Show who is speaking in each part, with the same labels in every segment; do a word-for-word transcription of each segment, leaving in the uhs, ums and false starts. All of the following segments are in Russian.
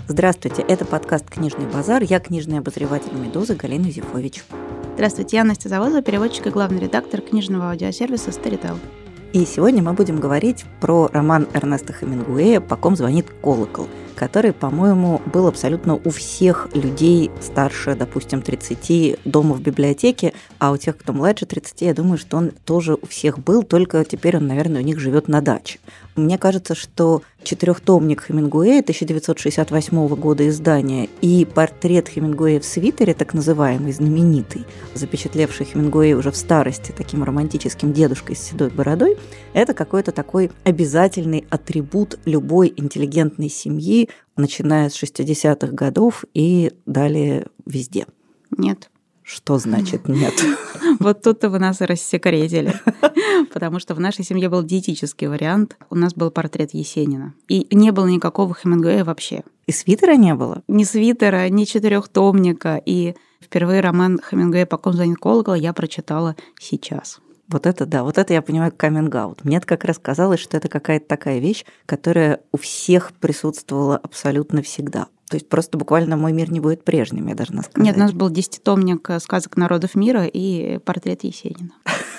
Speaker 1: Здравствуйте, это подкаст «Книжный базар». Я книжный обозреватель «Медузы» Галина Зифович.
Speaker 2: Здравствуйте, я Настя Завозова, переводчик и главный редактор книжного аудиосервиса Storytel.
Speaker 1: И сегодня мы будем говорить про роман Эрнеста Хемингуэя «По ком звонит колокол», который, по-моему, был абсолютно у всех людей старше, допустим, тридцати дома в библиотеке, а у тех, кто младше тридцати, я думаю, что он тоже у всех был, только теперь он, наверное, у них живет на даче. Мне кажется, что четырехтомник Хемингуэя тысяча девятьсот шестьдесят восьмого года издания и портрет Хемингуэя в свитере, так называемый, знаменитый, запечатлевший Хемингуэя уже в старости таким романтическим дедушкой с седой бородой, это какой-то такой обязательный атрибут любой интеллигентной семьи, начиная с шестидесятых годов и далее везде.
Speaker 2: Нет.
Speaker 1: Что значит нет?
Speaker 2: Вот тут-то вы нас и рассекретили. Потому что в нашей семье был диетический вариант. У нас был портрет Есенина. И не было никакого Хемингуэя вообще.
Speaker 1: И свитера не было?
Speaker 2: Ни свитера, ни четырехтомника. И впервые роман Хемингуэя «По ком звонит колокол» я прочитала сейчас.
Speaker 1: Вот это да, вот это я понимаю каминг-аут. Мне как раз казалось, что это какая-то такая вещь, которая у всех присутствовала абсолютно всегда. То есть просто буквально «Мой мир не будет прежним», я должна сказать.
Speaker 2: Нет, у нас был десятитомник сказок народов мира и портрет Есенина.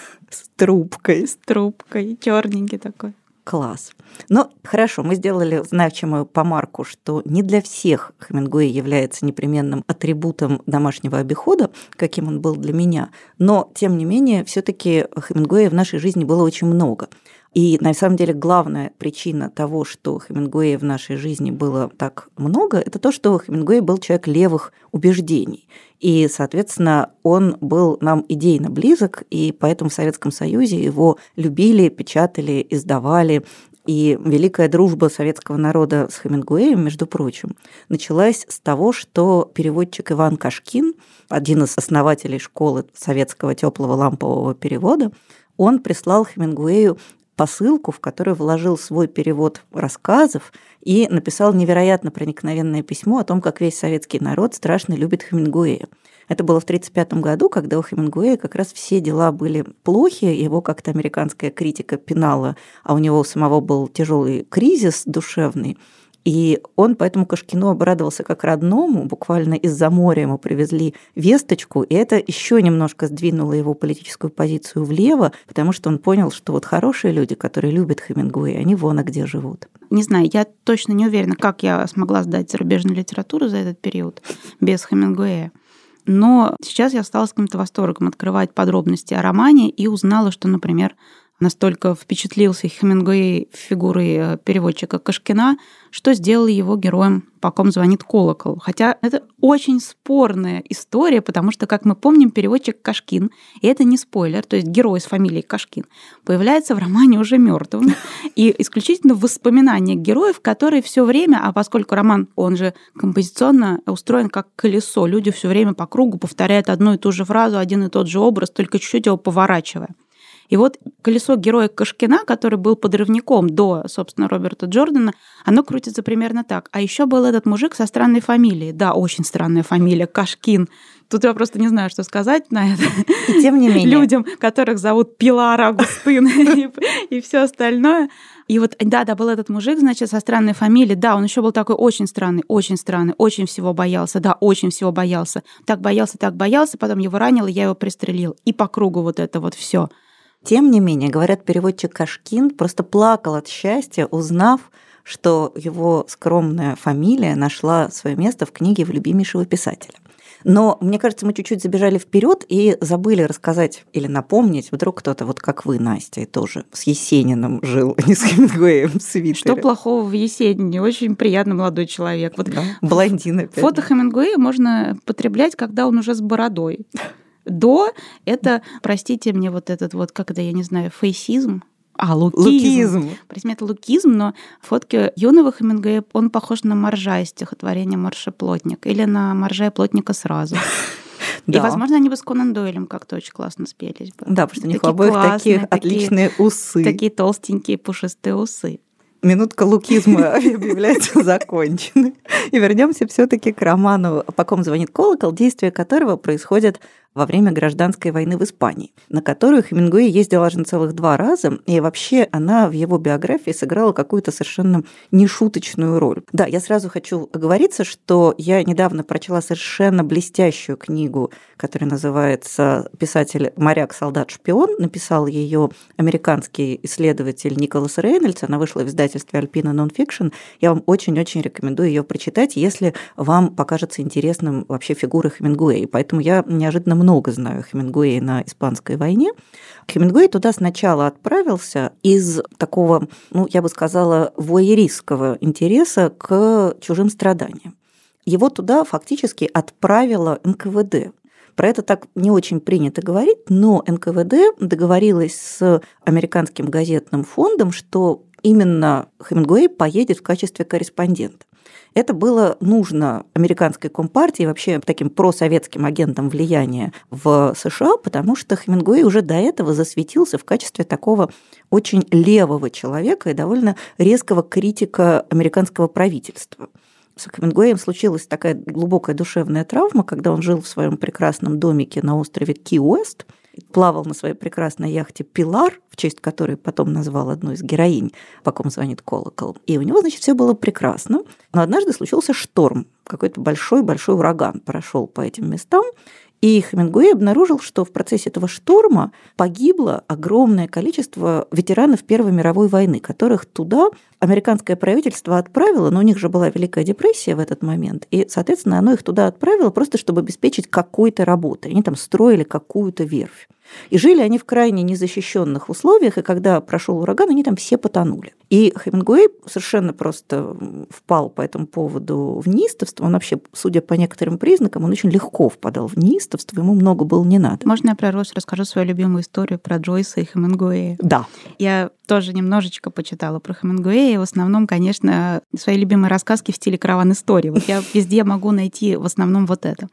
Speaker 1: С трубкой.
Speaker 2: С трубкой, черненький такой.
Speaker 1: Класс. Ну, хорошо, мы сделали значимую помарку, что не для всех Хемингуэй является непременным атрибутом домашнего обихода, каким он был для меня, но, тем не менее, все-таки Хемингуэя в нашей жизни было очень много. И, на самом деле, главная причина того, что Хемингуэя в нашей жизни было так много, это то, что Хемингуэй был человек левых убеждений. И, соответственно, он был нам идейно близок, и поэтому в Советском Союзе его любили, печатали, издавали. И великая дружба советского народа с Хемингуэем, между прочим, началась с того, что переводчик Иван Кашкин, один из основателей школы советского теплого лампового перевода, он прислал Хемингуэю посылку, в которую вложил свой перевод рассказов и написал невероятно проникновенное письмо о том, как весь советский народ страшно любит Хемингуэя. Это было в тысяча девятьсот тридцать пятом году, когда у Хемингуэя как раз все дела были плохи, его как-то американская критика пинала, а у него у самого был тяжелый кризис душевный. И он поэтому Кашкину обрадовался как родному, буквально из-за моря ему привезли весточку, и это еще немножко сдвинуло его политическую позицию влево, потому что он понял, что вот хорошие люди, которые любят Хемингуэя, они вон а где живут.
Speaker 2: Не знаю, я точно не уверена, как я смогла сдать зарубежную литературу за этот период без Хемингуэя. Но сейчас я стала с каким-то восторгом открывать подробности о романе и узнала, что, например, настолько впечатлился Хемингуэй фигурой переводчика Кашкина, что сделал его героем «По ком звонит колокол». Хотя это очень спорная история, потому что, как мы помним, переводчик Кашкин, и это не спойлер, то есть герой с фамилией Кашкин, появляется в романе уже мертвым, и исключительно в воспоминаниях героев, которые все время, а поскольку роман, он же композиционно устроен как колесо, люди все время по кругу повторяют одну и ту же фразу, один и тот же образ, только чуть-чуть его поворачивая. И вот колесо героя Кашкина, который был подрывником до, собственно, Роберта Джордана, оно крутится примерно так. А еще был этот мужик со странной фамилией. Да, очень странная фамилия, Кашкин. Тут я просто не знаю, что сказать на это.
Speaker 1: И тем не менее.
Speaker 2: Людям, которых зовут Пилар, Агустын и все остальное. И вот, да, да, был этот мужик, значит, со странной фамилией. Да, он еще был такой очень странный, очень странный, очень всего боялся. Да, очень всего боялся. Так боялся, так боялся, потом его ранил, и я его пристрелил. И по кругу вот это вот все.
Speaker 1: Тем не менее, говорят, переводчик Кашкин просто плакал от счастья, узнав, что его скромная фамилия нашла свое место в книге «Влюбимейшего писателя». Но, мне кажется, мы чуть-чуть забежали вперед и забыли рассказать или напомнить, вдруг кто-то, вот как вы, Настя, тоже с Есениным жил, а не с Хемингуэем в свитере.
Speaker 2: Что плохого в Есенине? Очень приятный молодой человек. Вот
Speaker 1: да, блондин опять.
Speaker 2: Фото Хемингуэя можно потреблять, когда он уже с бородой. До — это, простите мне, вот этот вот, как это, я не знаю, фейсизм. А, лукизм.
Speaker 1: Лукизм.
Speaker 2: Простите, это лукизм, но фотки юного Хемингуэя, он похож на Моржа из стихотворения «Морж и плотник» или на «Моржа и плотника сразу». Да. И, возможно, они бы с Конан Дойлем как-то очень классно спелись бы.
Speaker 1: Да, потому что у них обоих такие отличные усы.
Speaker 2: Такие толстенькие пушистые усы.
Speaker 1: Минутка лукизма объявляется законченной. И вернемся все-таки к роману «По ком звонит колокол», действие которого происходит во время гражданской войны в Испании, на которую Хемингуэй ездил аж на целых два раза, и вообще она в его биографии сыграла какую-то совершенно нешуточную роль. Да, я сразу хочу оговориться, что я недавно прочла совершенно блестящую книгу, которая называется «Писатель, моряк, солдат, шпион». Написал ее американский исследователь Николас Рейнольдс. Она вышла в издательстве Alpina Nonfiction. Я вам очень-очень рекомендую ее прочитать, если вам покажется интересным вообще фигура Хемингуэя. Поэтому я неожиданно много знаю о Хемингуэе на Испанской войне. Хемингуэй туда сначала отправился из такого, ну, я бы сказала, вуайеристского интереса к чужим страданиям. Его туда фактически отправило эн ка вэ дэ. Про это так не очень принято говорить, но эн ка вэ дэ договорилась с американским газетным фондом, что именно Хемингуэй поедет в качестве корреспондента. Это было нужно американской компартии, вообще таким просоветским агентам влияния в США, потому что Хемингуэй уже до этого засветился в качестве такого очень левого человека и довольно резкого критика американского правительства. С Хемингуэем случилась такая глубокая душевная травма, когда он жил в своем прекрасном домике на острове Ки-Уэст, плавал на своей прекрасной яхте «Пилар», в честь которой потом назвал одну из героинь «По ком звонит колокол». И у него, значит, все было прекрасно. Но однажды случился шторм, какой-то большой-большой ураган прошел по этим местам, и Хемингуэй обнаружил, что в процессе этого шторма погибло огромное количество ветеранов Первой мировой войны, которых туда американское правительство отправило, но у них же была Великая депрессия в этот момент, и, соответственно, оно их туда отправило просто, чтобы обеспечить какой-то работой. Они там строили какую-то верфь. И жили они в крайне незащищенных условиях, и когда прошел ураган, они там все потонули. И Хемингуэй совершенно просто впал по этому поводу в неистовство. Он вообще, судя по некоторым признакам, он очень легко впадал в неистовство, ему много было не надо.
Speaker 2: Можно я про Рос расскажу свою любимую историю про Джойса и Хемингуэя?
Speaker 1: Да.
Speaker 2: Я тоже немножечко почитала про Хемингуэя. В основном, конечно, свои любимые рассказки в стиле «Караван истории». Вот я везде могу найти в основном вот это.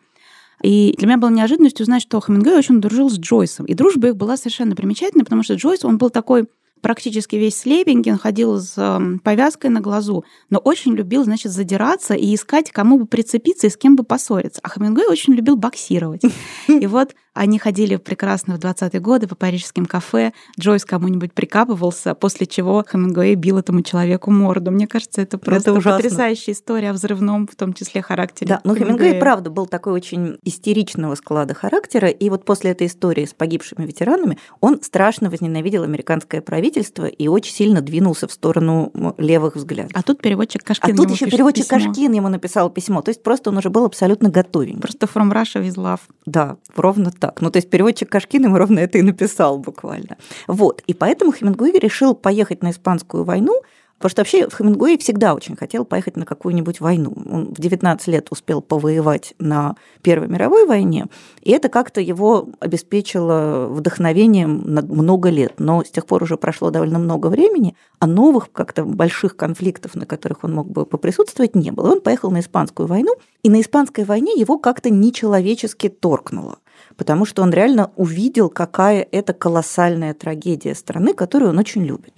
Speaker 2: И для меня было неожиданностью узнать, что Хемингуэй очень дружил с Джойсом. И дружба их была совершенно примечательной, потому что Джойс, он был такой практически весь слепенький, он ходил с повязкой на глазу, но очень любил, значит, задираться и искать, кому бы прицепиться и с кем бы поссориться. А Хемингуэй очень любил боксировать. И вот они ходили прекрасно в двадцатые годы по парижским кафе, Джойс кому-нибудь прикапывался, после чего Хемингуэй бил этому человеку морду. Мне кажется, это просто это потрясающая история о взрывном, в том числе, характере.
Speaker 1: Да, но Хемингуэй, правда, был такой очень истеричного склада характера, и вот после этой истории с погибшими ветеранами он страшно возненавидел американское правительство и очень сильно двинулся в сторону левых взглядов.
Speaker 2: А тут переводчик Кашкин
Speaker 1: А тут еще переводчик
Speaker 2: письмо.
Speaker 1: Кашкин ему написал письмо. То есть просто он уже был абсолютно готовенький.
Speaker 2: Просто from Russia with love.
Speaker 1: Да, ровно так. Ну, то есть переводчик Кашкин ему ровно это и написал буквально. Вот. И поэтому Хемингуэй решил поехать на Испанскую войну, потому что вообще Хемингуэй всегда очень хотел поехать на какую-нибудь войну. Он в девятнадцать лет успел повоевать на Первой мировой войне, и это как-то его обеспечило вдохновением на много лет. Но с тех пор уже прошло довольно много времени, а новых как-то больших конфликтов, на которых он мог бы поприсутствовать, не было. Он поехал на Испанскую войну, и на Испанской войне его как-то нечеловечески торкнуло, потому что он реально увидел, какая это колоссальная трагедия страны, которую он очень любит.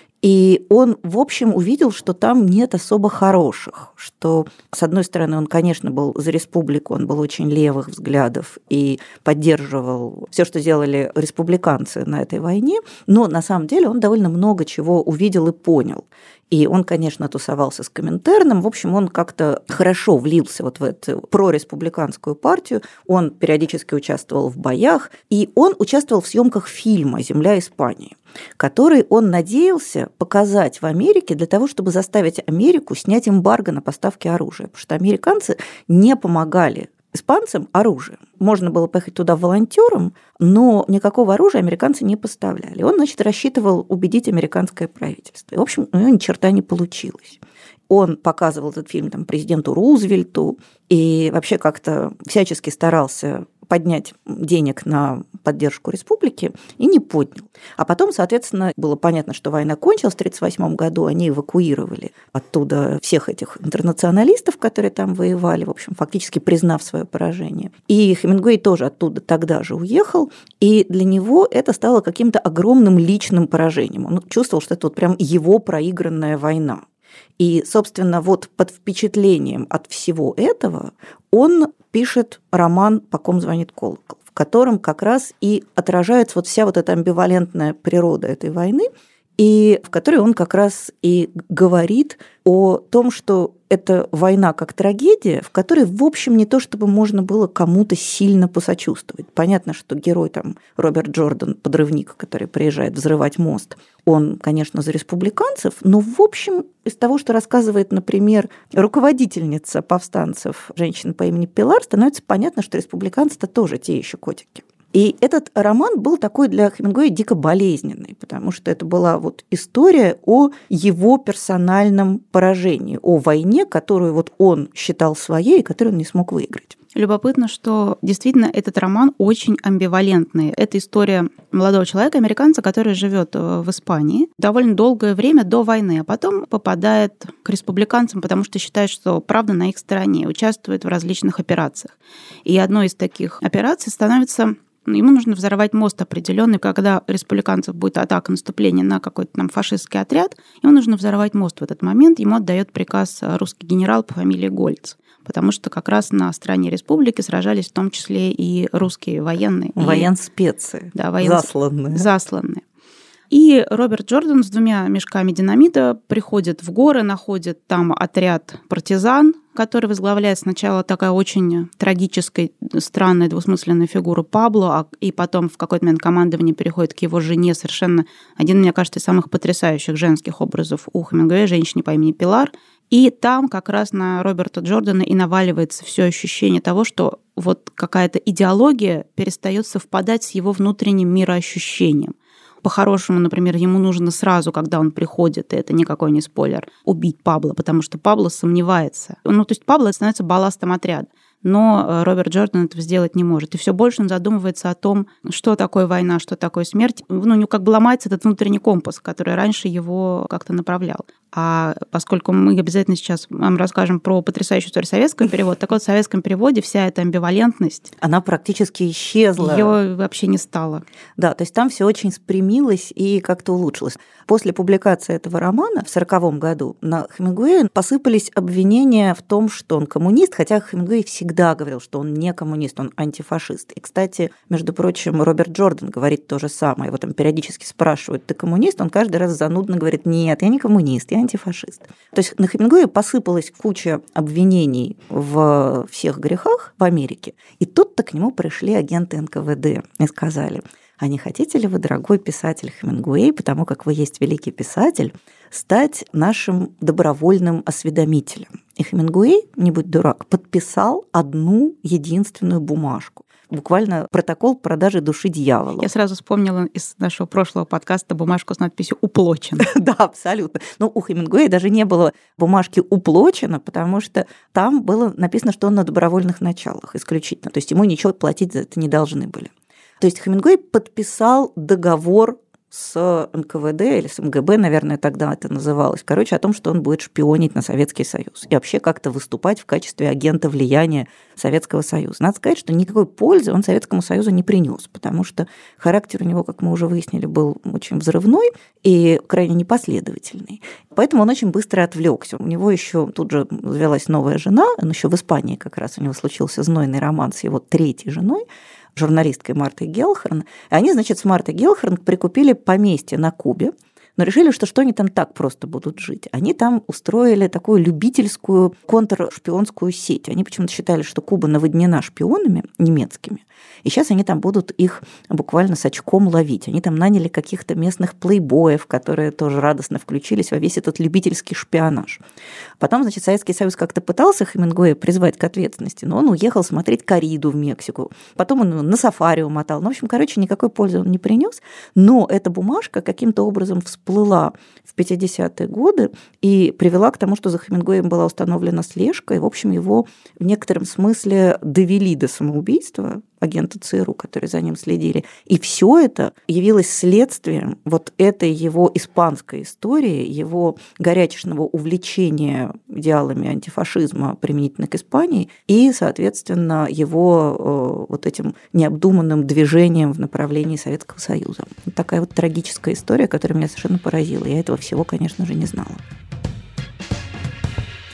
Speaker 1: И он, в общем, увидел, что там нет особо хороших, что, с одной стороны, он, конечно, был за республику, он был очень левых взглядов и поддерживал все, что делали республиканцы на этой войне, но на самом деле он довольно много чего увидел и понял. И он, конечно, тусовался с Коминтерном. В общем, он как-то хорошо влился вот в эту прореспубликанскую партию. Он периодически участвовал в боях, и он участвовал в съемках фильма «Земля Испании», который он надеялся показать в Америке для того, чтобы заставить Америку снять эмбарго на поставки оружия, потому что американцы не помогали испанцам оружием. Можно было поехать туда волонтером, но никакого оружия американцы не поставляли. Он, значит, рассчитывал убедить американское правительство. И, в общем, у него ни черта не получилось. Он показывал этот фильм там, президенту Рузвельту и вообще как-то всячески старался поднять денег на поддержку республики и не поднял. А потом, соответственно, было понятно, что война кончилась в тысяча девятьсот тридцать восьмом году, они эвакуировали оттуда всех этих интернационалистов, которые там воевали, в общем, фактически признав свое поражение. И Хемингуэй тоже оттуда тогда же уехал, и для него это стало каким-то огромным личным поражением. Он чувствовал, что это вот прям его проигранная война. И, собственно, вот под впечатлением от всего этого он пишет роман «По ком звонит колокол», в в котором как раз и отражается вот вся вот эта амбивалентная природа этой войны, и в которой он как раз и говорит о том, что это война как трагедия, в которой, в общем, не то чтобы можно было кому-то сильно посочувствовать. Понятно, что герой там Роберт Джордан, подрывник, который приезжает взрывать мост, он, конечно, за республиканцев, но, в общем, из того, что рассказывает, например, руководительница повстанцев, женщина по имени Пилар, становится понятно, что республиканцы-то тоже те еще котики. И этот роман был такой для Хемингуэя дико болезненный, потому что это была вот история о его персональном поражении, о войне, которую вот он считал своей и которую он не смог выиграть.
Speaker 2: Любопытно, что действительно этот роман очень амбивалентный. Это история молодого человека, американца, который живет в Испании довольно долгое время до войны, а потом попадает к республиканцам, потому что считает, что правда на их стороне, участвует в различных операциях. И одной из таких операций становится... Ему нужно взорвать мост определенный, когда республиканцев будет атака, наступление на какой-то там фашистский отряд, ему нужно взорвать мост в этот момент, ему отдает приказ русский генерал по фамилии Гольц, потому что как раз на стороне республики сражались в том числе и русские военные.
Speaker 1: Военспецы,
Speaker 2: да, воен...
Speaker 1: засланные.
Speaker 2: засланные. И Роберт Джордан с двумя мешками динамита приходит в горы, находит там отряд партизан, который возглавляет сначала такая очень трагическая, странная, двусмысленная фигура Пабло, и потом в какой-то момент командование переходит к его жене, совершенно один, мне кажется, из самых потрясающих женских образов у Хемингуэя, женщине по имени Пилар. И там как раз на Роберта Джордана и наваливается все ощущение того, что вот какая-то идеология перестает совпадать с его внутренним мироощущением. По-хорошему, например, ему нужно сразу, когда он приходит, и это никакой не спойлер, убить Пабло, потому что Пабло сомневается. Ну, то есть Пабло становится балластом отряда. Но Роберт Джордан этого сделать не может. И все больше он задумывается о том, что такое война, что такое смерть. Ну, у него как бы ломается этот внутренний компас, который раньше его как-то направлял. А поскольку мы обязательно сейчас вам расскажем про потрясающую историю советского перевода, так вот в советском переводе вся эта амбивалентность...
Speaker 1: Она практически исчезла.
Speaker 2: Ее вообще не стало.
Speaker 1: Да, то есть там все очень спрямилось и как-то улучшилось. После публикации этого романа в сороковом году на Хемингуэя посыпались обвинения в том, что он коммунист, хотя Хемингуэй всегда говорил, что он не коммунист, он антифашист. И, кстати, между прочим, Роберт Джордан говорит то же самое. Его там периодически спрашивают: ты коммунист? Он каждый раз занудно говорит: нет, я не коммунист, я антифашист. То есть на Хемингуэя посыпалась куча обвинений в всех грехах в Америке. И тут-то к нему пришли агенты эн ка вэ дэ и сказали: а не хотите ли вы, дорогой писатель Хемингуэй, потому как вы есть великий писатель, стать нашим добровольным осведомителем? И Хемингуэй, не будь дурак, подписал одну единственную бумажку. Буквально протокол продажи души дьявола.
Speaker 2: Я сразу вспомнила из нашего прошлого подкаста бумажку с надписью «Уплочено».
Speaker 1: Да, абсолютно. Но у Хемингуэя даже не было бумажки «уплочено», потому что там было написано, что он на добровольных началах исключительно. То есть ему ничего платить за это не должны были. То есть Хемингуэй подписал договор с эн ка вэ дэ или с эм гэ бэ, наверное, тогда это называлось, короче, о том, что он будет шпионить на Советский Союз и вообще как-то выступать в качестве агента влияния Советского Союза. Надо сказать, что никакой пользы он Советскому Союзу не принес, потому что характер у него, как мы уже выяснили, был очень взрывной и крайне непоследовательный. Поэтому он очень быстро отвлекся. У него еще тут же завелась новая жена, он еще в Испании как раз, у него случился знойный роман с его третьей женой, журналисткой Мартой Гелхорн. И они, значит, с Мартой Гелхорн прикупили поместье на Кубе, но решили, что что они там так просто будут жить. Они там устроили такую любительскую контршпионскую сеть. Они почему-то считали, что Куба наводнена шпионами немецкими, и сейчас они там будут их буквально с очком ловить. Они там наняли каких-то местных плейбоев, которые тоже радостно включились во весь этот любительский шпионаж. Потом, значит, Советский Союз как-то пытался Хемингуэя призвать к ответственности, но он уехал смотреть кориду в Мексику. Потом он на сафари умотал. Ну, в общем, короче, никакой пользы он не принес. Но эта бумажка каким-то образом всплыла в пятидесятые годы и привела к тому, что за Хемингуэем была установлена слежка, и, в общем, его в некотором смысле довели до самоубийства, агента цэ эр у, которые за ним следили. И все это явилось следствием вот этой его испанской истории, его горячечного увлечения идеалами антифашизма применительно к Испании и, соответственно, его вот этим необдуманным движением в направлении Советского Союза. Вот такая вот трагическая история, которая меня совершенно поразила. Я этого всего, конечно же, не знала.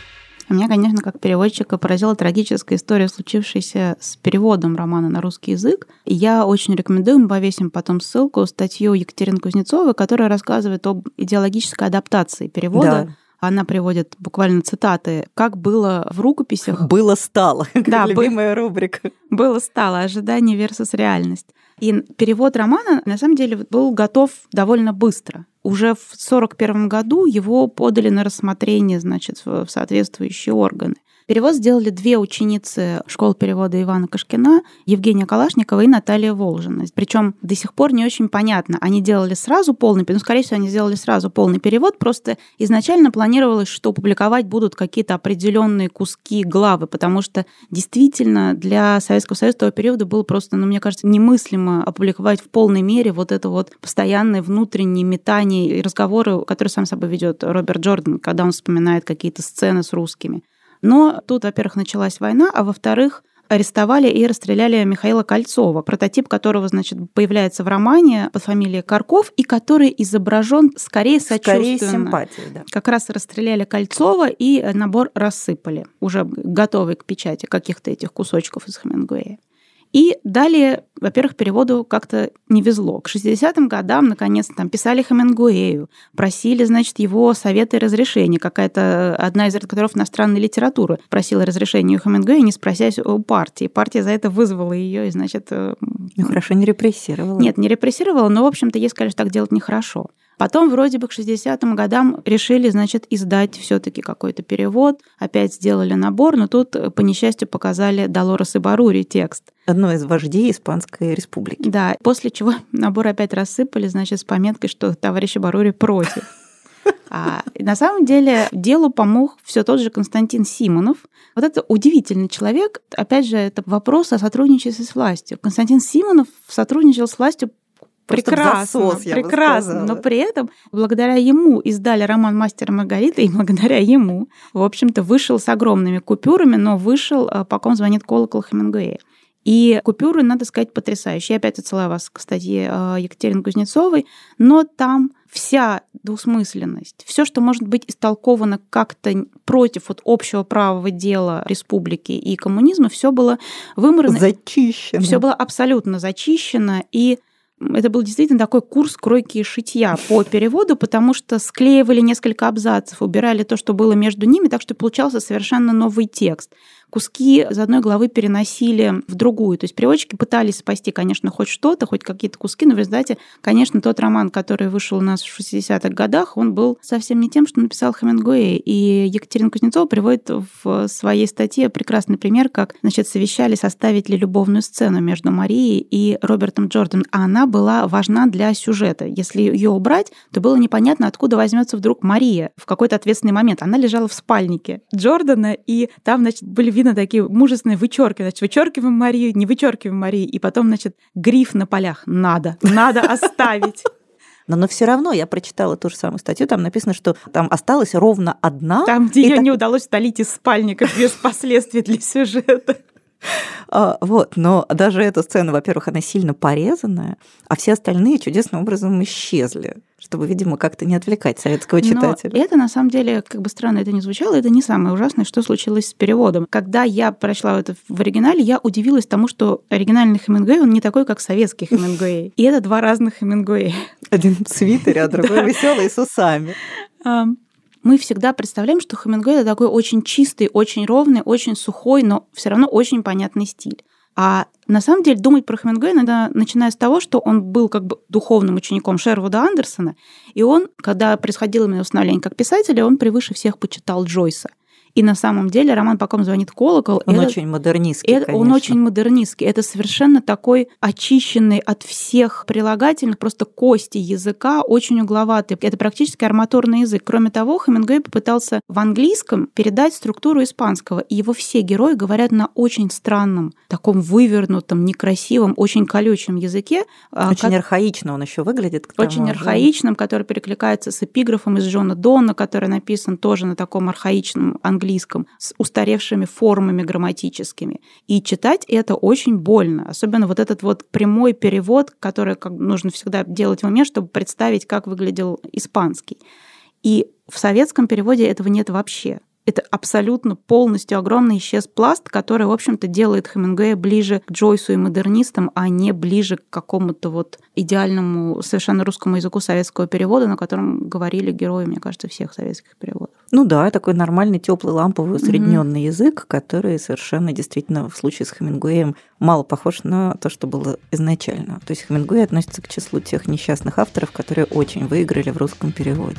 Speaker 2: Меня, конечно, как переводчика поразила трагическая история, случившаяся с переводом романа на русский язык. И я очень рекомендую, мы повесим потом ссылку, статью Екатерины Кузнецовой, которая рассказывает об идеологической адаптации перевода. Да. Она приводит буквально цитаты, как было в рукописях.
Speaker 1: Было-стало,
Speaker 2: да,
Speaker 1: любимая рубрика.
Speaker 2: Было-стало, ожидание versus реальность. И перевод романа, на самом деле, был готов довольно быстро. Уже в сорок первом году его подали на рассмотрение, значит, в соответствующие органы. Перевод сделали две ученицы школы перевода Ивана Кашкина, Евгения Калашникова и Наталья Волжина. Причем до сих пор не очень понятно, они делали сразу полный перевод, ну, скорее всего, они сделали сразу полный перевод, просто изначально планировалось, что публиковать будут какие-то определенные куски, главы, потому что действительно для Советского Союза того периода было просто, ну, мне кажется, немыслимо опубликовать в полной мере вот это вот постоянное внутреннее метание и разговоры, которые сам собой ведет Роберт Джордан, когда он вспоминает какие-то сцены с русскими. Но тут, во-первых, началась война, а во-вторых, арестовали и расстреляли Михаила Кольцова, прототип которого, значит, появляется в романе под фамилией Карков, и который изображен скорее сочувственно.
Speaker 1: Скорее симпатией, да.
Speaker 2: Как раз расстреляли Кольцова и набор рассыпали, уже готовый к печати каких-то этих кусочков из Хемингуэя. И далее, во-первых, переводу как-то не везло. К шестидесятым годам, наконец-то, там писали Хемингуэю, просили, значит, его совета и разрешения. Какая-то одна из редакторов иностранной литературы просила разрешения у Хемингуэя, не спросясь у партии. Партия за это вызвала ее и, значит...
Speaker 1: Ну, хорошо, не репрессировала.
Speaker 2: Нет, не репрессировала, но, в общем-то, ей сказали, что так делать нехорошо. Потом вроде бы к шестидесятым годам решили, значит, издать все-таки какой-то перевод. Опять сделали набор, но тут, по несчастью, показали Долорес Ибарури текст.
Speaker 1: Одной из вождей Испанской республики.
Speaker 2: Да, после чего набор опять рассыпали, значит, с пометкой, что товарищ Ибарури против. А на самом деле делу помог все тот же Константин Симонов. Вот это удивительный человек. Опять же, это вопрос о сотрудничестве с властью. Константин Симонов сотрудничал с властью прекрасно, засос, прекрасно, но при этом благодаря ему издали роман «Мастер и Маргарита», и благодаря ему, в общем-то, вышел с огромными купюрами, но вышел «По ком звонит колокол» Хемингуэя. И купюры, надо сказать, потрясающие. Я опять отсылаю вас к статье Екатерины Кузнецовой, но там вся двусмысленность, все, что может быть истолковано как-то против вот общего правового дела республики и коммунизма, все было вымарано.
Speaker 1: Зачищено.
Speaker 2: Все было абсолютно зачищено, и это был действительно такой курс кройки и шитья по переводу, потому что склеивали несколько абзацев, убирали то, что было между ними, так что получался совершенно новый текст. Куски из одной главы переносили в другую. То есть переводчики пытались спасти, конечно, хоть что-то, хоть какие-то куски, но в результате, конечно, тот роман, который вышел у нас в шестидесятых годах, он был совсем не тем, что написал Хемингуэй. И Екатерина Кузнецова приводит в своей статье прекрасный пример, как, значит, совещали, составить ли любовную сцену между Марией и Робертом Джорданом. А она была важна для сюжета. Если ее убрать, то было непонятно, откуда возьмется вдруг Мария в какой-то ответственный момент. Она лежала в спальнике Джордана, и там, значит, были видно такие мужественные вычерки. Значит, вычеркиваем Марию, не вычеркиваем Марию. И потом, значит, гриф на полях. Надо, надо оставить.
Speaker 1: Но, но все равно я прочитала ту же самую статью, там написано, что там осталась ровно одна.
Speaker 2: Там, где ее
Speaker 1: так...
Speaker 2: не удалось удалить из спальника без последствий для сюжета.
Speaker 1: А, вот, но даже эта сцена, во-первых, она сильно порезанная, а все остальные чудесным образом исчезли, чтобы, видимо, как-то не отвлекать советского читателя.
Speaker 2: Но это, на самом деле, как бы странно это ни звучало, это не самое ужасное, что случилось с переводом. Когда я прочла это в оригинале, я удивилась тому, что оригинальный Хемингуэй, он не такой, как советский Хемингуэй. И это два разных Хемингуэя.
Speaker 1: Один в свитере, а другой веселый с усами.
Speaker 2: Мы всегда представляем, что Хемингуэй — это такой очень чистый, очень ровный, очень сухой, но все равно очень понятный стиль. А на самом деле думать про Хемингуэя надо, начиная с того, что он был как бы духовным учеником Шервуда Андерсона, и он, когда происходило именно установление как писателя, он превыше всех почитал Джойса. И на самом деле роман «По ком звонит колокол»
Speaker 1: Он
Speaker 2: это,
Speaker 1: очень модернистский,
Speaker 2: это,
Speaker 1: конечно.
Speaker 2: Он очень модернистский. Это совершенно такой очищенный от всех прилагательных, просто кости языка, очень угловатый. Это практически арматурный язык. Кроме того, Хемингуэй попытался в английском передать структуру испанского. И его все герои говорят на очень странном, таком вывернутом, некрасивом, очень колючем языке.
Speaker 1: Очень
Speaker 2: как...
Speaker 1: архаично он еще выглядит. К
Speaker 2: очень
Speaker 1: тому,
Speaker 2: архаичным, да? Который перекликается с эпиграфом из Джона Донна, который написан тоже на таком архаичном английском, английском с устаревшими формами грамматическими. И читать это очень больно. Особенно вот этот вот прямой перевод, который как нужно всегда делать в уме, чтобы представить, как выглядел испанский. И в советском переводе этого нет вообще. это абсолютно полностью огромный исчез пласт, который, в общем-то, делает Хемингуэя ближе к Джойсу и модернистам, а не ближе к какому-то вот идеальному совершенно русскому языку советского перевода, на котором говорили герои, мне кажется, всех советских переводов.
Speaker 1: Ну да, такой нормальный, теплый, ламповый, усредненный mm-hmm. язык, который совершенно действительно в случае с Хемингуэем мало похож на то, что было изначально. То есть Хемингуэй относится к числу тех несчастных авторов, которые очень выиграли в русском переводе.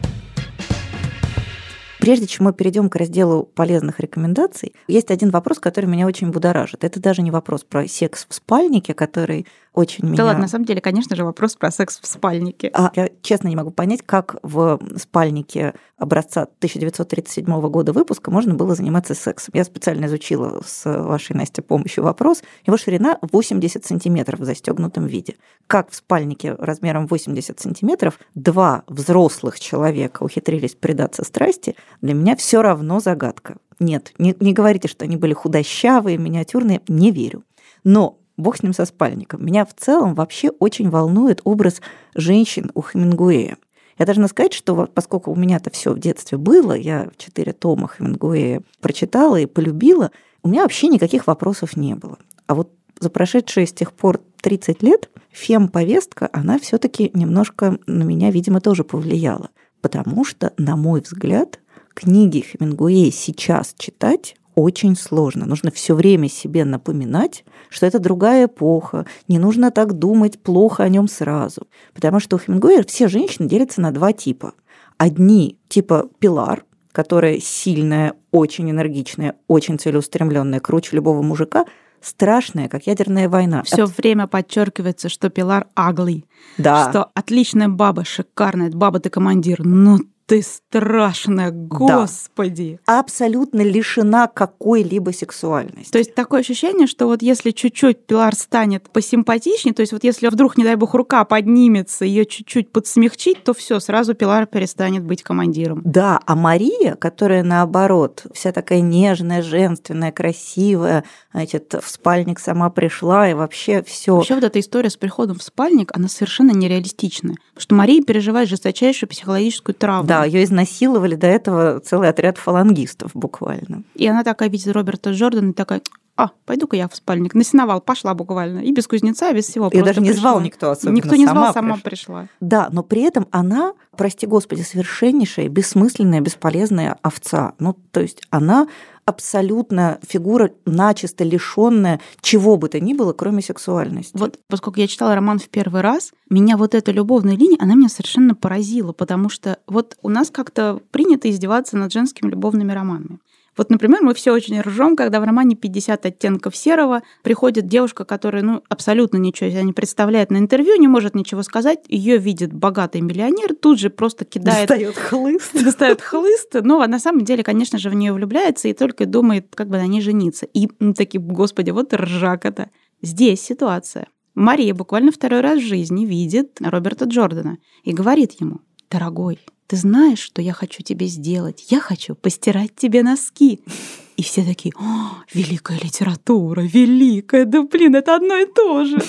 Speaker 1: Прежде чем мы перейдем к разделу полезных рекомендаций, есть один вопрос, который меня очень будоражит. Это даже не вопрос про секс в спальнике, который очень меня...
Speaker 2: Да ладно, на самом деле, конечно же, вопрос про секс в спальнике.
Speaker 1: А я честно не могу понять, как в спальнике образца тысяча девятьсот тридцать седьмого года выпуска можно было заниматься сексом. Я специально изучила с вашей, Настя, помощью вопрос. Его ширина восемьдесят сантиметров в застегнутом виде. Как в спальнике размером восемьдесят сантиметров два взрослых человека ухитрились предаться страсти, для меня все равно загадка. Нет, не, не говорите, что они были худощавые, миниатюрные, не верю. Но бог с ним со спальником. Меня в целом вообще очень волнует образ женщин у Хемингуэя. Я должна сказать, что вот поскольку у меня-то все в детстве было, я четыре тома Хемингуэя прочитала и полюбила, у меня вообще никаких вопросов не было. А вот за прошедшие с тех пор тридцать лет фем-повестка, она все-таки немножко на меня, видимо, тоже повлияла. Потому что, на мой взгляд, книги Хемингуэя сейчас читать очень сложно. Нужно все время себе напоминать, что это другая эпоха, не нужно так думать плохо о нем сразу. Потому что у Хемингуэя все женщины делятся на два типа. Одни типа Пилар, которая сильная, очень энергичная, очень целеустремленная, круче любого мужика, страшная, как ядерная война.
Speaker 2: Все От... время подчеркивается, что Пилар ugly,
Speaker 1: да.
Speaker 2: Что отличная баба, шикарная, баба ты командир, но ты страшная, господи.
Speaker 1: Да. Абсолютно лишена какой-либо сексуальности.
Speaker 2: То есть такое ощущение, что вот если чуть-чуть Пилар станет посимпатичнее, то есть вот если вдруг, не дай бог, рука поднимется, ее чуть-чуть подсмягчить, то все, сразу Пилар перестанет быть командиром.
Speaker 1: Да, а Мария, которая наоборот, вся такая нежная, женственная, красивая, значит, в спальник сама пришла и вообще все.
Speaker 2: Вообще вот эта история с приходом в спальник, она совершенно нереалистичная, потому что Мария переживает жесточайшую психологическую травму.
Speaker 1: Да, ее изнасиловали до этого целый отряд фалангистов буквально.
Speaker 2: И она такая видит Роберта Джордана и такая: а, пойду-ка я в спальник. Насиновал, пошла буквально. И без кузнеца, без всего.
Speaker 1: Ее даже не
Speaker 2: пришла.
Speaker 1: звал никто особенно.
Speaker 2: Никто не
Speaker 1: сама
Speaker 2: звал, сама
Speaker 1: пришла.
Speaker 2: пришла.
Speaker 1: Да, но при этом она, прости господи, совершеннейшая, бессмысленная, бесполезная овца. Ну, то есть она абсолютно фигура начисто лишённая чего бы то ни было, кроме сексуальности.
Speaker 2: Вот поскольку я читала роман в первый раз, меня вот эта любовная линия, она меня совершенно поразила, потому что вот у нас как-то принято издеваться над женскими любовными романами. Вот, например, мы все очень ржем, когда в романе «пятьдесят оттенков серого» приходит девушка, которая ну, абсолютно ничего себя не представляет на интервью, не может ничего сказать, ее видит богатый миллионер, тут же просто кидает...
Speaker 1: Достает хлыст.
Speaker 2: Достает хлыст, но на самом деле, конечно же, в нее влюбляется и только думает, как бы на ней жениться. И ну, такие, господи, вот ржака-то. Здесь ситуация. Мария буквально второй раз в жизни видит Роберта Джордана и говорит ему: дорогой, ты знаешь, что я хочу тебе сделать? Я хочу постирать тебе носки. И все такие: о, великая литература, великая, да блин, это одно и то же.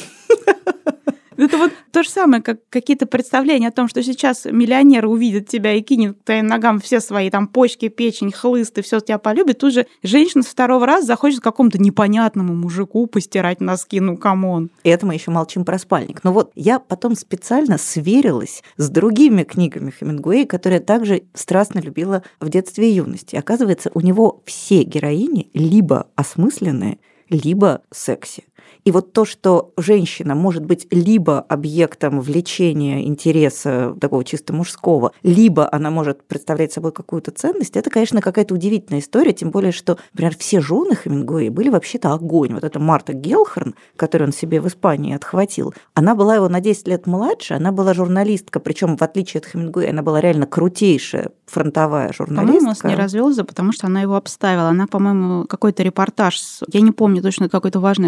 Speaker 2: Это вот то же самое, как какие-то представления о том, что сейчас миллионер увидит тебя и кинет к твоим ногам все свои там почки, печень, хлыст и все тебя полюбит. Тут же женщина с второго раза захочет какому-то непонятному мужику постирать носки, ну камон.
Speaker 1: И это мы еще молчим про спальник. Но вот я потом специально сверилась с другими книгами Хемингуэя, которые я также страстно любила в детстве и юности. Оказывается, у него все героини либо осмысленные, либо секси. И вот то, что женщина может быть либо объектом влечения, интереса такого чисто мужского, либо она может представлять собой какую-то ценность, это, конечно, какая-то удивительная история, тем более, что, например, все жены Хемингуэя были вообще-то огонь. Вот эта Марта Гелхорн, которую он себе в Испании отхватил, она была его на десять лет младше, она была журналистка, причем в отличие от Хемингуэя, она была реально крутейшая фронтовая журналистка.
Speaker 2: По-моему, он с ней развелся, потому что она его обставила. Она, по-моему, какой-то репортаж, я не помню точно, какое-то важное событие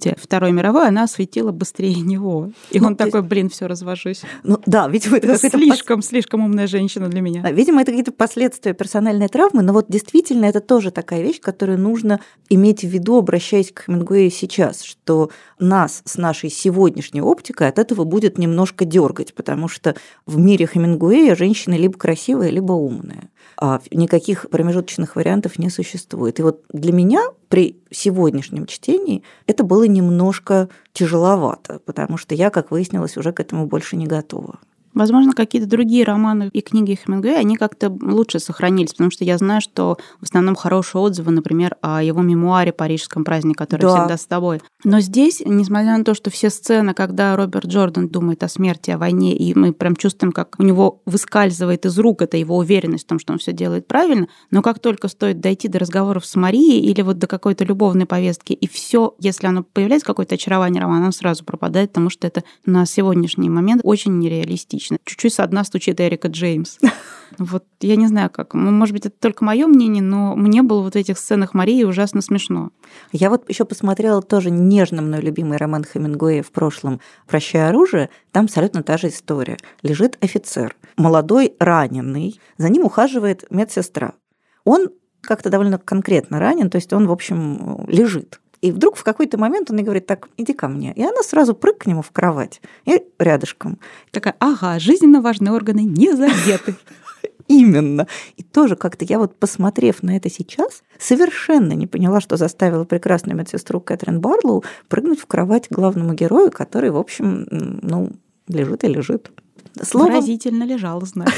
Speaker 2: после Второй мировой она осветила быстрее него. И
Speaker 1: ну,
Speaker 2: он такой, блин, все развожусь.
Speaker 1: Ну да, видимо, это,
Speaker 2: это слишком, пос... слишком умная женщина для меня.
Speaker 1: Видимо, это какие-то последствия персональной травмы, но вот действительно это тоже такая вещь, которую нужно иметь в виду, обращаясь к Хемингуэю сейчас, что нас с нашей сегодняшней оптикой от этого будет немножко дергать, потому что в мире Хемингуэя женщины либо красивые, либо умные. А никаких промежуточных вариантов не существует. И вот для меня при сегодняшнем чтении это было немножко тяжеловато, потому что я, как выяснилось, уже к этому больше не готова.
Speaker 2: Возможно, какие-то другие романы и книги Хемингуэя, они как-то лучше сохранились, потому что я знаю, что в основном хорошие отзывы, например, о его мемуаре «Парижском празднике», который да. всегда с тобой. Но здесь, несмотря на то, что все сцены, когда Роберт Джордан думает о смерти, о войне, и мы прям чувствуем, как у него выскальзывает из рук эта его уверенность в том, что он все делает правильно, но как только стоит дойти до разговоров с Марией или вот до какой-то любовной повестки, и все, если оно появляется, какое-то очарование романа, оно сразу пропадает, потому что это на сегодняшний момент очень нереалистично. Чуть-чуть со дна стучит Эрика Джеймс. Вот я не знаю, как. Может быть, это только мое мнение, но мне было вот в этих сценах Марии ужасно смешно.
Speaker 1: Я вот еще посмотрела тоже нежно мной любимый роман Хемингуэя в прошлом «Прощай, оружие». Там абсолютно та же история. Лежит офицер, молодой, раненый, за ним ухаживает медсестра. Он как-то довольно конкретно ранен, то есть он, в общем, лежит. И вдруг в какой-то момент он ей говорит: так, иди ко мне. И она сразу прыг к нему в кровать и рядышком.
Speaker 2: Такая: ага, жизненно важные органы не задеты.
Speaker 1: Именно. И тоже как-то я вот, посмотрев на это сейчас, совершенно не поняла, что заставила прекрасную медсестру Кэтрин Барлоу прыгнуть в кровать к главному герою, который, в общем, ну, лежит и лежит.
Speaker 2: Словом... Выразительно лежал, значит.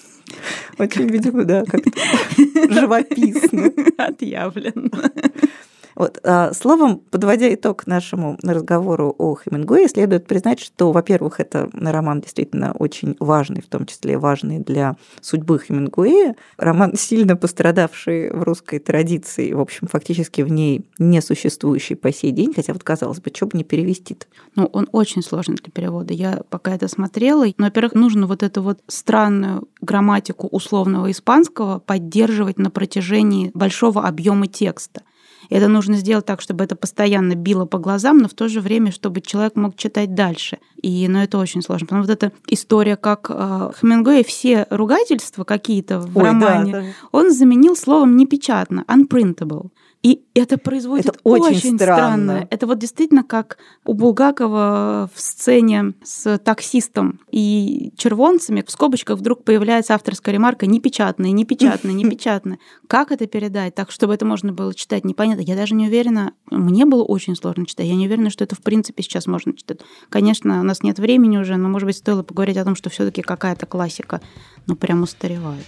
Speaker 1: Очень, видимо, да, как-то живописно.
Speaker 2: Отъявленно.
Speaker 1: Вот. Словом, подводя итог нашему разговору о Хемингуэе, следует признать, что, во-первых, это роман действительно очень важный, в том числе важный для судьбы Хемингуэя. Роман, сильно пострадавший в русской традиции, в общем, фактически в ней не существующий по сей день, хотя вот, казалось бы, что бы не перевести-то.
Speaker 2: Ну, он очень сложный для перевода. Я пока это смотрела, но, во-первых, нужно вот эту вот странную грамматику условного испанского поддерживать на протяжении большого объема текста. Это нужно сделать так, чтобы это постоянно било по глазам, но в то же время, чтобы человек мог читать дальше. И, ну, это очень сложно. Потому что вот эта история, как э, Хемингуэй все ругательства какие-то в Ой, романе, да, да. он заменил словом непечатно, unprintable. И это производит
Speaker 1: это очень,
Speaker 2: очень
Speaker 1: странно.
Speaker 2: странное. Это вот действительно как у Булгакова в сцене с таксистом и червонцами в скобочках вдруг появляется авторская ремарка «непечатное, непечатное, непечатное». Как это передать так, чтобы это можно было читать, непонятно. Я даже не уверена, мне было очень сложно читать, я не уверена, что это в принципе сейчас можно читать. Конечно, у нас нет времени уже, но, может быть, стоило поговорить о том, что все-таки какая-то классика, ну, прям устаревает.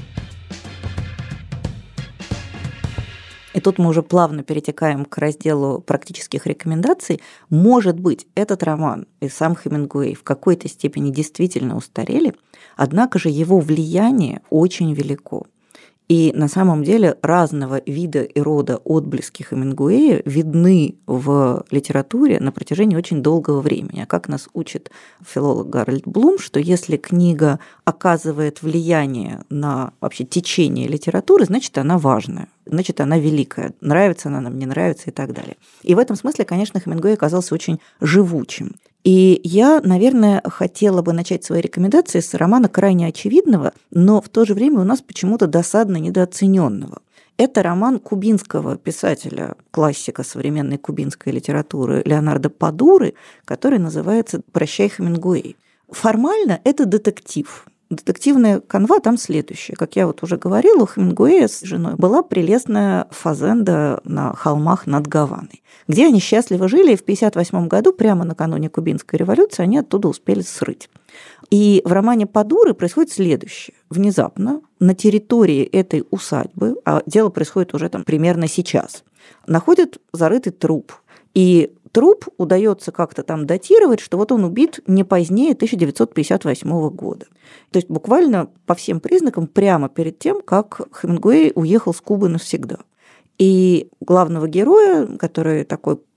Speaker 1: И тут мы уже плавно перетекаем к разделу практических рекомендаций. Может быть, этот роман и сам Хемингуэй в какой-то степени действительно устарели, однако же его влияние очень велико. И на самом деле разного вида и рода отблески Хемингуэя видны в литературе на протяжении очень долгого времени. А как нас учит филолог Гарольд Блум, что если книга оказывает влияние на вообще течение литературы, значит, она важная, значит, она великая, нравится она нам, не нравится и так далее. И в этом смысле, конечно, Хемингуэй оказался очень живучим. И я, наверное, хотела бы начать свои рекомендации с романа крайне очевидного, но в то же время у нас почему-то досадно недооцененного. Это роман кубинского писателя, классика современной кубинской литературы Леонардо Падуры, который называется «Прощай, Хемингуэй». Формально это детектив. Детективная канва там следующая. Как я вот уже говорила, у Хемингуэя с женой была прелестная фазенда на холмах над Гаваной, где они счастливо жили, и в пятьдесят восьмом году, прямо накануне Кубинской революции, они оттуда успели срыть. И в романе Падуры происходит следующее. Внезапно на территории этой усадьбы, а дело происходит уже там примерно сейчас, находят зарытый труп. И труп удается как-то там датировать, что вот он убит не позднее тысяча девятьсот пятьдесят восьмого года. То есть буквально по всем признакам прямо перед тем, как Хемингуэй уехал с Кубы навсегда. И главного героя, который такой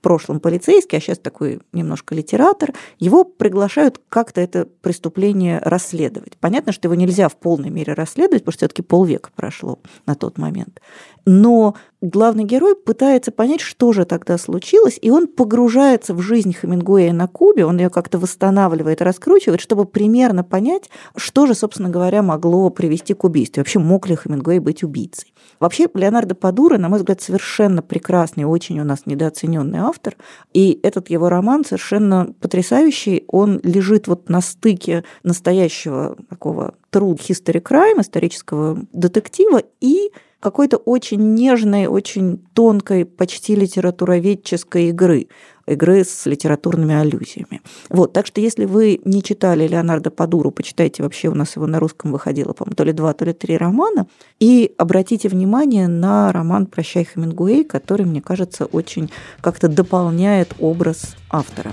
Speaker 1: прошлом полицейский, а сейчас такой немножко литератор, его приглашают как-то это преступление расследовать. Понятно, что его нельзя в полной мере расследовать, потому что все-таки полвека прошло на тот момент. Но главный герой пытается понять, что же тогда случилось, и он погружается в жизнь Хемингуэя на Кубе, он ее как-то восстанавливает, раскручивает, чтобы примерно понять, что же, собственно говоря, могло привести к убийству. Вообще, мог ли Хемингуэй быть убийцей? Вообще, Леонардо Падуро, на мой взгляд, совершенно прекрасный, очень у нас недооцененный автор, и этот его роман совершенно потрясающий, он лежит вот на стыке настоящего такого true history crime, исторического детектива, и какой-то очень нежной, очень тонкой, почти литературоведческой игры, игры с литературными аллюзиями. Вот, так что если вы не читали Леонардо Падуро, почитайте, вообще у нас его на русском выходило, по-моему, то ли два, то ли три романа, и обратите внимание на роман «Прощай, Хемингуэй», который, мне кажется, очень как-то дополняет образ автора.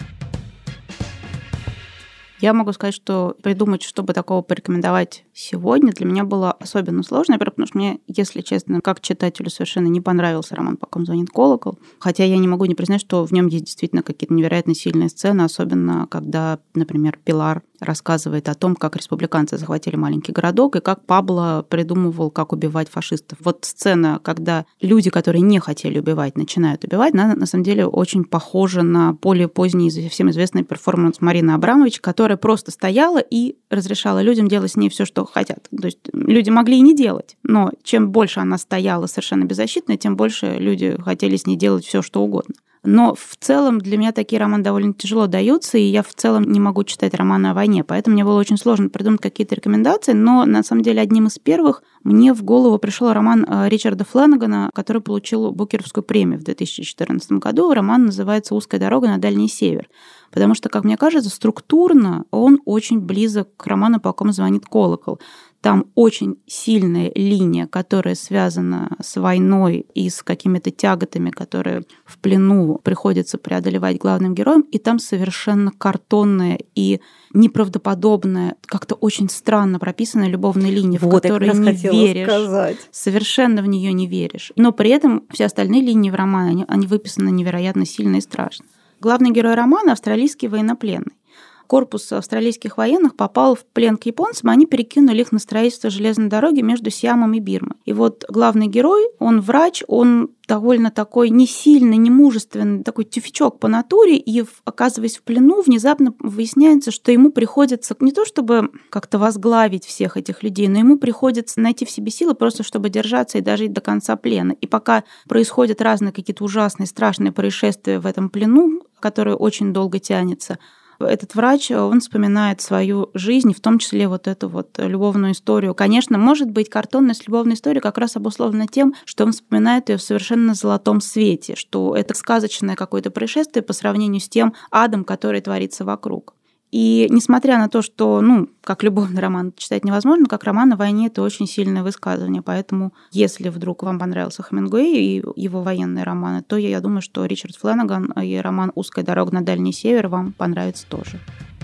Speaker 2: Я могу сказать, что придумать, чтобы такого порекомендовать сегодня, для меня было особенно сложно, во-первых, потому что мне, если честно, как читателю совершенно не понравился роман «По ком звонит колокол», хотя я не могу не признать, что в нем есть действительно какие-то невероятно сильные сцены, особенно когда, например, Пилар рассказывает о том, как республиканцы захватили маленький городок и как Пабло придумывал, как убивать фашистов. Вот сцена, когда люди, которые не хотели убивать, начинают убивать, она на самом деле очень похожа на более поздний, всем известный перформанс Марины Абрамович, которая просто стояла и разрешала людям делать с ней все, что хотят. То есть люди могли и не делать, но чем больше она стояла совершенно беззащитной, тем больше люди хотели с ней делать все, что угодно. Но в целом для меня такие романы довольно тяжело даются, и я в целом не могу читать романы о войне, поэтому мне было очень сложно придумать какие-то рекомендации, но на самом деле одним из первых мне в голову пришел роман Ричарда Фленнегана, который получил Букеровскую премию в две тысячи четырнадцатом году. Роман называется «Узкая дорога на Дальний Север», потому что, как мне кажется, структурно он очень близок к роману «По ком звонит колокол». Там очень сильная линия, которая связана с войной и с какими-то тяготами, которые в плену приходится преодолевать главным героям, и там совершенно картонная и неправдоподобная, как-то очень странно прописанная любовная линия,
Speaker 1: вот,
Speaker 2: в которой не веришь.
Speaker 1: Сказать.
Speaker 2: Совершенно в нее не веришь. Но при этом все остальные линии в романе, они, они выписаны невероятно сильно и страшно. Главный герой романа – австралийский военнопленный. Корпус австралийских военных попал в плен к японцам, они перекинули их на строительство железной дороги между Сиамом и Бирмой. И вот главный герой, он врач, он довольно такой не сильный, не мужественный, такой тюфячок по натуре, и, оказываясь в плену, внезапно выясняется, что ему приходится не то чтобы как-то возглавить всех этих людей, но ему приходится найти в себе силы просто, чтобы держаться и дожить до конца плена. И пока происходят разные какие-то ужасные, страшные происшествия в этом плену, который очень долго тянется, этот врач, он вспоминает свою жизнь, в том числе вот эту вот любовную историю. Конечно, может быть, картонность любовной истории как раз обусловлена тем, что он вспоминает ее в совершенно золотом свете, что это сказочное какое-то происшествие по сравнению с тем адом, который творится вокруг. И несмотря на то, что, ну, как любовный роман читать невозможно, как роман о войне это очень сильное высказывание. Поэтому, если вдруг вам понравился Хемингуэй и его военные романы, то я думаю, что Ричард Фленнеган и роман «Узкая дорога на Дальний Север» вам понравится тоже.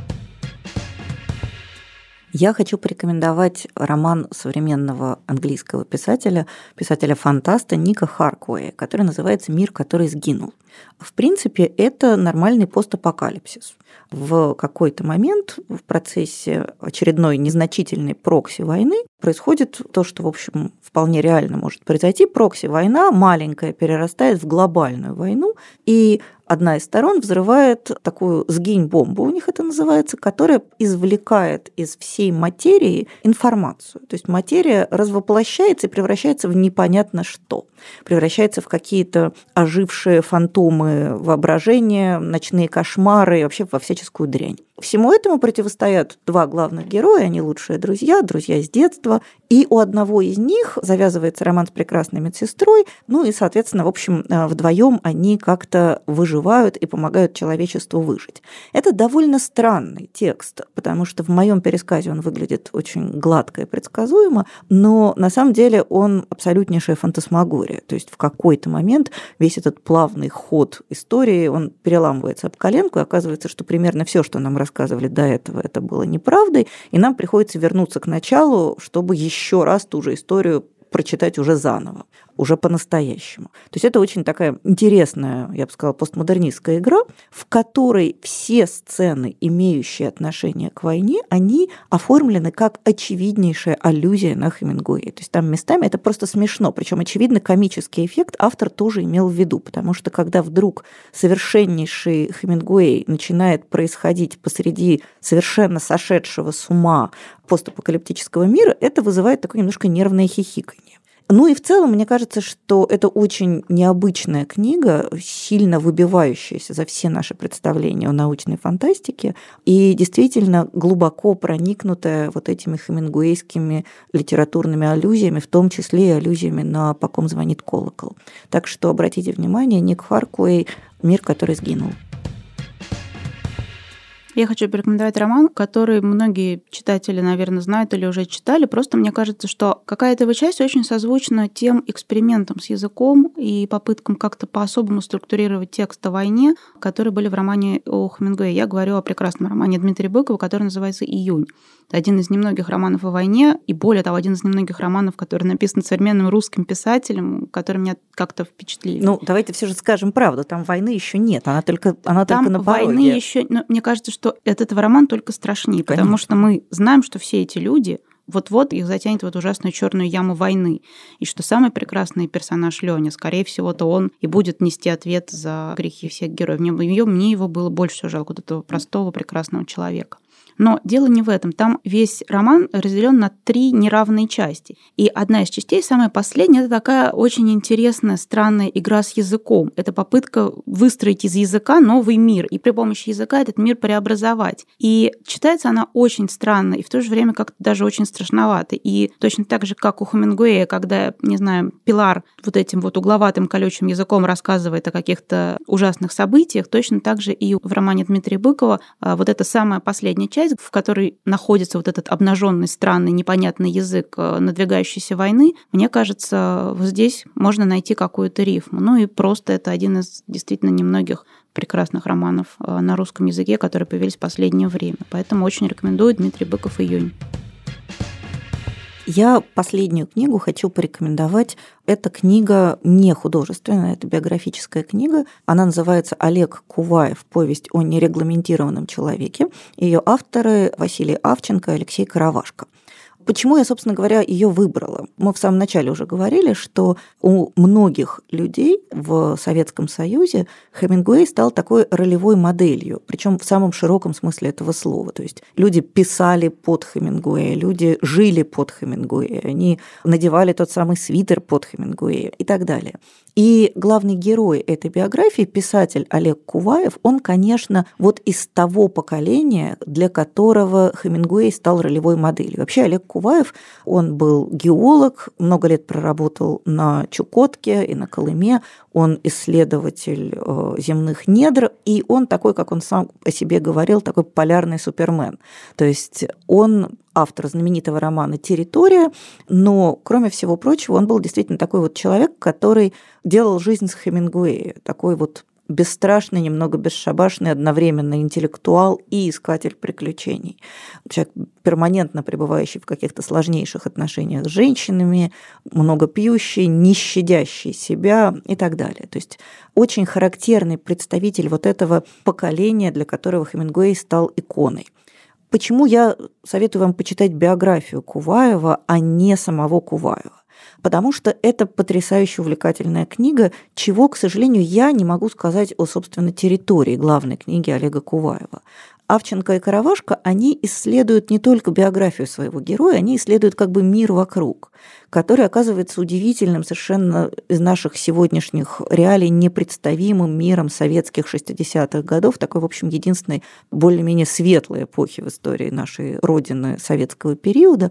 Speaker 1: Я хочу порекомендовать роман современного английского писателя, писателя-фантаста Ника Харкуэя, который называется «Мир, который сгинул». В принципе, это нормальный постапокалипсис. В какой-то момент в процессе очередной незначительной прокси-войны происходит то, что, в общем, вполне реально может произойти. Прокси-война маленькая перерастает в глобальную войну, и одна из сторон взрывает такую сгинь-бомбу, у них это называется, которая извлекает из всей материи информацию. То есть материя развоплощается и превращается в непонятно что. Превращается в какие-то ожившие фантомы воображения, ночные кошмары и вообще во всяческую дрянь. Всему этому противостоят два главных героя, они лучшие друзья, друзья с детства, и у одного из них завязывается роман с прекрасной медсестрой, ну и, соответственно, в общем, вдвоем они как-то выживают и помогают человечеству выжить. Это довольно странный текст, потому что в моем пересказе он выглядит очень гладко и предсказуемо, но на самом деле он абсолютнейшая фантасмагория, то есть в какой-то момент весь этот плавный ход истории, он переламывается об коленку, и оказывается, что примерно все, что нам рассказывали до этого, это было неправдой, и нам приходится вернуться к началу, чтобы еще раз ту же историю прочитать уже заново, уже по-настоящему. То есть это очень такая интересная, я бы сказала, постмодернистская игра, в которой все сцены, имеющие отношение к войне, они оформлены как очевиднейшая аллюзия на Хемингуэя. То есть там местами это просто смешно, причем очевидно комический эффект автор тоже имел в виду, потому что когда вдруг совершеннейший Хемингуэй начинает происходить посреди совершенно сошедшего с ума постапокалиптического мира, это вызывает такое немножко нервное хихиканье. Ну и в целом, мне кажется, что это очень необычная книга, сильно выбивающаяся за все наши представления о научной фантастике и действительно глубоко проникнутая вот этими хемингуэйскими литературными аллюзиями, в том числе и аллюзиями на «По ком звонит колокол». Так что обратите внимание, Ник Фаркуэй «Мир, который сгинул».
Speaker 2: Я хочу порекомендовать роман, который многие читатели, наверное, знают или уже читали. Просто мне кажется, что какая-то его часть очень созвучна тем экспериментам с языком и попыткам как-то по-особому структурировать текст о войне, которые были в романе о Хемингуэе. Я говорю о прекрасном романе Дмитрия Быкова, который называется «Июнь». Это один из немногих романов о войне, и более того, один из немногих романов, который написан современным русским писателем, который меня как-то впечатлил.
Speaker 1: Ну, давайте все же скажем правду, там войны еще нет, она только, она
Speaker 2: там
Speaker 1: только на пороге.
Speaker 2: Войны еще, ну, мне кажется, что от этого роман только страшнее,
Speaker 1: Конечно.
Speaker 2: Потому что мы знаем, что все эти люди вот-вот их затянет в эту ужасную черную яму войны. И что самый прекрасный персонаж Лёня, скорее всего-то он и будет нести ответ за грехи всех героев. Мне, мне его было больше всего жалко, вот этого простого, прекрасного человека. Но дело не в этом. Там весь роман разделен на три неравные части. И одна из частей, самая последняя, это такая очень интересная, странная игра с языком. Это попытка выстроить из языка новый мир и при помощи языка этот мир преобразовать. И читается она очень странно и в то же время как-то даже очень страшновато. И точно так же, как у Хемингуэя, когда, не знаю, Пилар вот этим вот угловатым колючим языком рассказывает о каких-то ужасных событиях, точно так же и в романе Дмитрия Быкова вот эта самая последняя часть, в которой находится вот этот обнаженный, странный, непонятный язык надвигающейся войны, мне кажется, вот здесь можно найти какую-то рифму. Ну и просто это один из действительно немногих прекрасных романов на русском языке, которые появились в последнее время. Поэтому очень рекомендую Дмитрий Быков «Июнь».
Speaker 1: Я последнюю книгу хочу порекомендовать. Эта книга не художественная, это биографическая книга. Она называется «Олег Куваев. Повесть о нерегламентированном человеке». Ее авторы Василий Авченко и Алексей Каравашко. Почему я, собственно говоря, ее выбрала? Мы в самом начале уже говорили, что у многих людей в Советском Союзе Хемингуэй стал такой ролевой моделью, причем в самом широком смысле этого слова. То есть люди писали под Хемингуэя, люди жили под Хемингуэя, они надевали тот самый свитер под Хемингуэя и так далее. И главный герой этой биографии, писатель Олег Куваев, он, конечно, вот из того поколения, для которого Хемингуэй стал ролевой моделью. Вообще Олег Куваев, он был геолог, много лет проработал на Чукотке и на Колыме, он исследователь земных недр, и он такой, как он сам о себе говорил, такой полярный супермен. То есть он автор знаменитого романа «Территория», но, кроме всего прочего, он был действительно такой вот человек, который делал жизнь с Хемингуэя, такой вот бесстрашный, немного бесшабашный, одновременно интеллектуал и искатель приключений. Человек, перманентно пребывающий в каких-то сложнейших отношениях с женщинами, много пьющий, не щадящий себя и так далее. То есть очень характерный представитель вот этого поколения, для которого Хемингуэй стал иконой. Почему я советую вам почитать биографию Куваева, а не самого Куваева? Потому что это потрясающе увлекательная книга, чего, к сожалению, я не могу сказать о, собственно, территории главной книги Олега Куваева. Авченко и Каравашко, они исследуют не только биографию своего героя, они исследуют как бы мир вокруг, который оказывается удивительным совершенно из наших сегодняшних реалий непредставимым миром советских шестидесятых годов, такой, в общем, единственной более-менее светлой эпохи в истории нашей родины советского периода.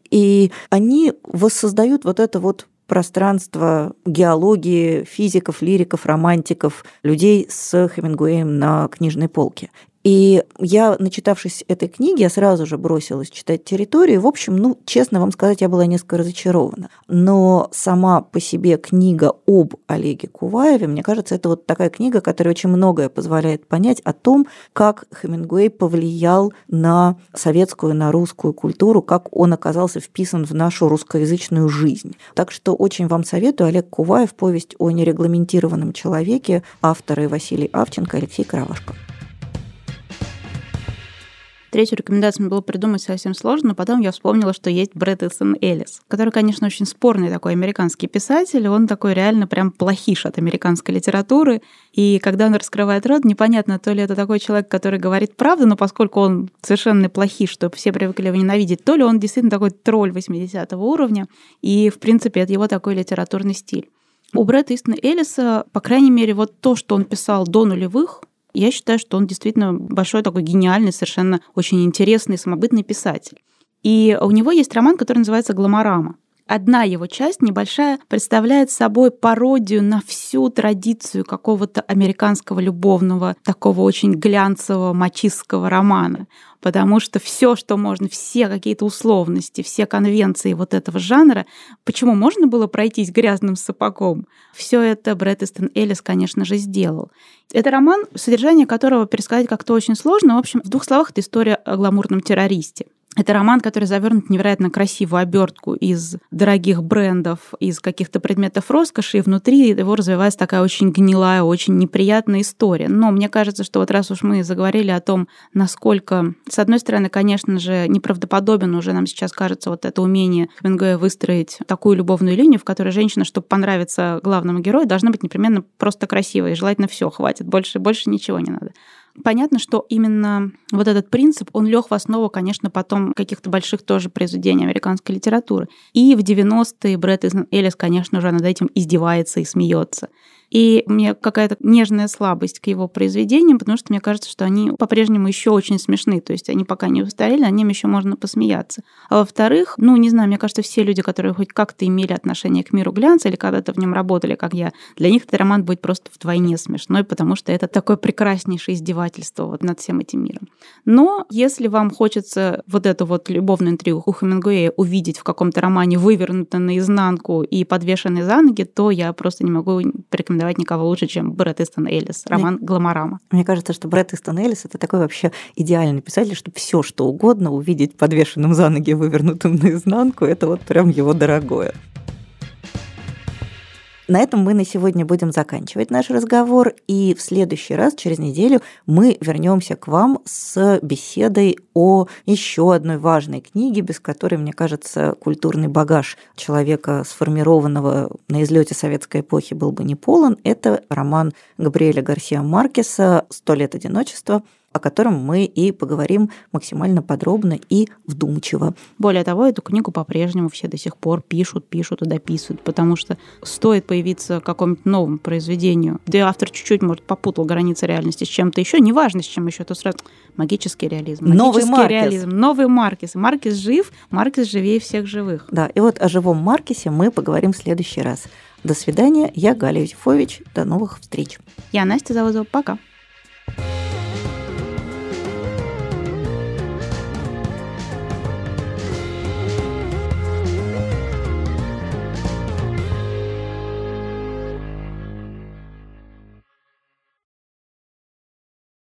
Speaker 1: И они воссоздают вот это вот пространство геологии, физиков, лириков, романтиков, людей с Хемингуэем на книжной полке. И я, начитавшись этой книги, я сразу же бросилась читать «Территорию». В общем, ну, честно вам сказать, я была несколько разочарована. Но сама по себе книга об Олеге Куваеве, мне кажется, это вот такая книга, которая очень многое позволяет понять о том, как Хемингуэй повлиял на советскую, на русскую культуру, как он оказался вписан в нашу русскоязычную жизнь. Так что очень вам советую. Олег Куваев, повесть о нерегламентированном человеке, авторы Василий Авченко, Алексей Кравашко.
Speaker 2: Третью рекомендацию мне было придумать совсем сложно, но потом я вспомнила, что есть Брэд Истон Эллис, который, конечно, очень спорный такой американский писатель, он такой реально прям плохиш от американской литературы, и когда он раскрывает рот, непонятно, то ли это такой человек, который говорит правду, но поскольку он совершенно плохиш, что все привыкли его ненавидеть, то ли он действительно такой тролль восьмидесятого уровня, и, в принципе, это его такой литературный стиль. У Брэда Истона Эллиса, по крайней мере, вот то, что он писал до нулевых, я считаю, что он действительно большой такой гениальный, совершенно очень интересный, самобытный писатель. И у него есть роман, который называется «Гломорама». Одна его часть, небольшая, представляет собой пародию на всю традицию какого-то американского любовного, такого очень глянцевого, мачистского романа. Потому что все, что можно, все какие-то условности, все конвенции вот этого жанра, почему можно было пройтись грязным сапогом, все это Брэд Истон Эллис, конечно же, сделал. Это роман, содержание которого пересказать как-то очень сложно. В общем, в двух словах, это история о гламурном террористе. Это роман, который завернут в невероятно красивую обертку из дорогих брендов, из каких-то предметов роскоши, и внутри его развивается такая очень гнилая, очень неприятная история. Но мне кажется, что вот раз уж мы заговорили о том, насколько, с одной стороны, конечно же, неправдоподобен уже нам сейчас кажется вот это умение Хемингуэя выстроить такую любовную линию, в которой женщина, чтобы понравиться главному герою, должна быть непременно просто красивой, и желательно все хватит, больше, больше ничего не надо. Понятно, что именно вот этот принцип, он лег в основу, конечно, потом каких-то больших тоже произведений американской литературы. И в девяностые Брэд Истон Эллис, конечно же, над этим издевается и смеется. И у меня какая-то нежная слабость к его произведениям, потому что мне кажется, что они по-прежнему еще очень смешны. То есть они пока не устарели, над ними еще можно посмеяться. А во-вторых, ну, не знаю, мне кажется, все люди, которые хоть как-то имели отношение к миру глянца или когда-то в нем работали, как я, для них этот роман будет просто вдвойне смешной, потому что это такое прекраснейшее издевательство вот над всем этим миром. Но если вам хочется вот эту вот любовную интригу у Хемингуэя увидеть в каком-то романе вывернутую наизнанку и подвешенной за ноги, то я просто не могу порекомендовать давать никого лучше, чем Брэд Истон Эллис, роман «Гломорама».
Speaker 1: Мне кажется, что Брэд Истон Эллис — это такой вообще идеальный писатель, чтобы все что угодно увидеть подвешенным за ноги, вывернутым наизнанку, это вот прям его дорогое. На этом мы на сегодня будем заканчивать наш разговор, и в следующий раз, через неделю, мы вернемся к вам с беседой о еще одной важной книге, без которой, мне кажется, культурный багаж человека, сформированного на излете советской эпохи, был бы не полон. Это роман Габриэля Гарсиа Маркеса «Сто лет одиночества», о котором мы и поговорим максимально подробно и вдумчиво.
Speaker 2: Более того, эту книгу по-прежнему все до сих пор пишут, пишут и дописывают, потому что стоит появиться какому-нибудь новому произведению, да и автор чуть-чуть, может, попутал границы реальности с чем-то еще, неважно, с чем еще, то сразу магический реализм,
Speaker 1: новый
Speaker 2: магический
Speaker 1: Маркес.
Speaker 2: реализм, новый Маркес. Маркес жив, Маркес живее всех живых.
Speaker 1: Да, и вот о живом Маркесе мы поговорим в следующий раз. До свидания, я Галя Юзефович, до новых встреч.
Speaker 2: Я Настя Завозова, пока.